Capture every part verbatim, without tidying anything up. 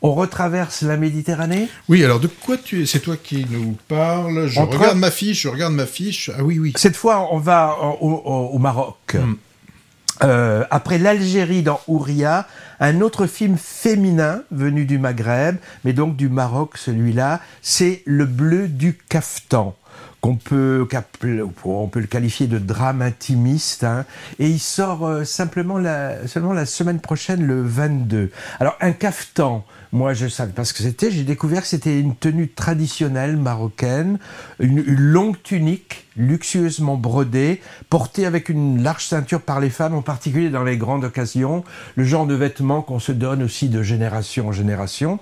On retraverse la Méditerranée ? Oui, alors de quoi tu es ? C'est toi qui nous parles. Je Entre... regarde ma fiche, je regarde ma fiche. Ah oui, oui. Cette fois, on va au, au, au Maroc. Mm. Euh, après l'Algérie dans Ouria, un autre film féminin venu du Maghreb, mais donc du Maroc celui-là, c'est Le Bleu du Caftan. Qu'on peut, on peut le qualifier de drame intimiste, hein, et il sort euh, simplement la, seulement la semaine prochaine, le vingt-deux. Alors, un caftan, moi je savais pas ce que c'était, j'ai découvert que c'était une tenue traditionnelle marocaine, une, une longue tunique, luxueusement brodée, portée avec une large ceinture par les femmes, en particulier dans les grandes occasions, le genre de vêtements qu'on se donne aussi de génération en génération.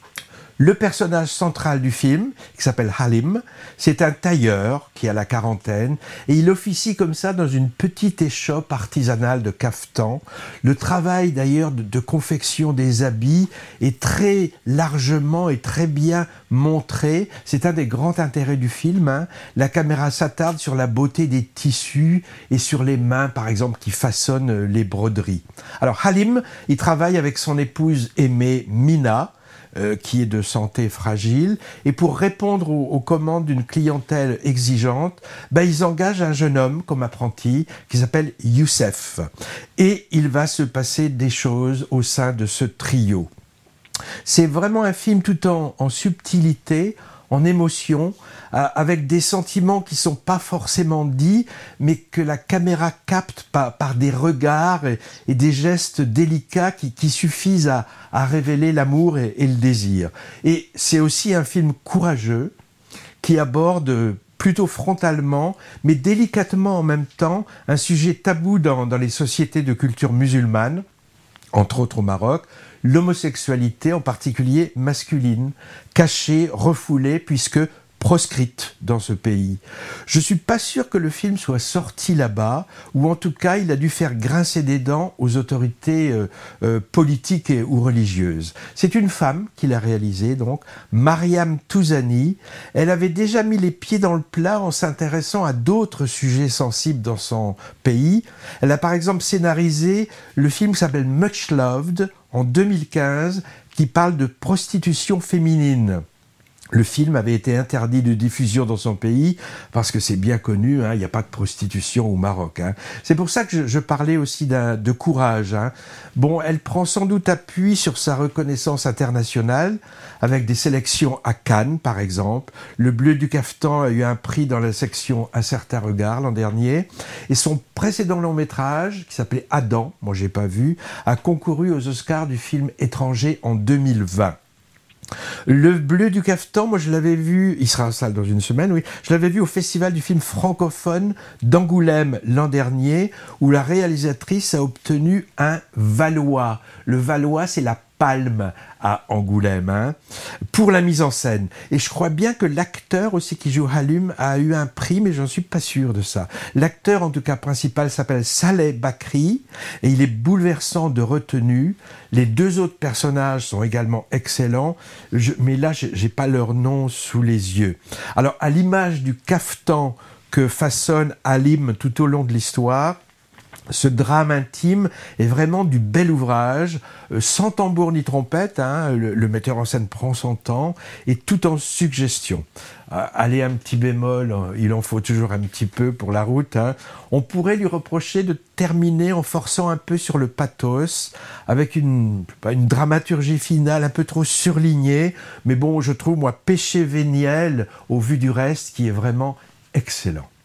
Le personnage central du film, qui s'appelle Halim, c'est un tailleur qui a la quarantaine et il officie comme ça dans une petite échoppe artisanale de caftan. Le travail d'ailleurs de, de confection des habits est très largement et très bien montré. C'est un des grands intérêts du film, hein. La caméra s'attarde sur la beauté des tissus et sur les mains, par exemple, qui façonnent les broderies. Alors Halim, il travaille avec son épouse aimée Mina, Euh, qui est de santé fragile, et pour répondre aux, aux commandes d'une clientèle exigeante, ben, ils engagent un jeune homme comme apprenti qui s'appelle Youssef. Et il va se passer des choses au sein de ce trio. C'est vraiment un film tout en, en subtilité, en émotion, euh, avec des sentiments qui ne sont pas forcément dits, mais que la caméra capte par, par des regards et, et des gestes délicats qui, qui suffisent à, à révéler l'amour et, et le désir. Et c'est aussi un film courageux qui aborde plutôt frontalement, mais délicatement en même temps, un sujet tabou dans, dans les sociétés de culture musulmane, entre autres au Maroc, l'homosexualité, en particulier masculine, cachée, refoulée, puisque proscrite dans ce pays. Je ne suis pas sûr que le film soit sorti là-bas, ou en tout cas, il a dû faire grincer des dents aux autorités euh, euh, politiques et, ou religieuses. C'est une femme qui l'a réalisé, donc, Mariam Touzani. Elle avait déjà mis les pieds dans le plat en s'intéressant à d'autres sujets sensibles dans son pays. Elle a par exemple scénarisé le film qui s'appelle Much Loved, en deux mille quinze, qui parle de prostitution féminine. Le film avait été interdit de diffusion dans son pays parce que c'est bien connu, hein, il n'y a pas de prostitution au Maroc. Hein. C'est pour ça que je, je parlais aussi d'un, de courage. Hein. Bon, elle prend sans doute appui sur sa reconnaissance internationale avec des sélections à Cannes, par exemple. Le Bleu du Caftan a eu un prix dans la section Un certain regard l'an dernier. Et son précédent long métrage, qui s'appelait Adam, moi j'ai pas vu, a concouru aux Oscars du film étranger en deux mille vingt. Le Bleu du Caftan, moi je l'avais vu, il sera en salle dans une semaine, oui, je l'avais vu au Festival du film francophone d'Angoulême l'an dernier, où la réalisatrice a obtenu un Valois. Le Valois, c'est la palme à Angoulême, hein, pour la mise en scène. Et je crois bien que l'acteur aussi qui joue Halim a eu un prix, mais j'en suis pas sûr de ça. L'acteur, en tout cas principal, s'appelle Saleh Bakri, et il est bouleversant de retenue. Les deux autres personnages sont également excellents, je, mais là, j'ai, j'ai pas leur nom sous les yeux. Alors, à l'image du caftan que façonne Halim tout au long de l'histoire, ce drame intime est vraiment du bel ouvrage, euh, sans tambour ni trompette, hein, le, le metteur en scène prend son temps, et tout en suggestion. Euh, allez, un petit bémol, il en faut toujours un petit peu pour la route. Hein. On pourrait lui reprocher de terminer en forçant un peu sur le pathos, avec une, une dramaturgie finale un peu trop surlignée, mais bon, je trouve, moi, péché véniel au vu du reste, qui est vraiment excellent.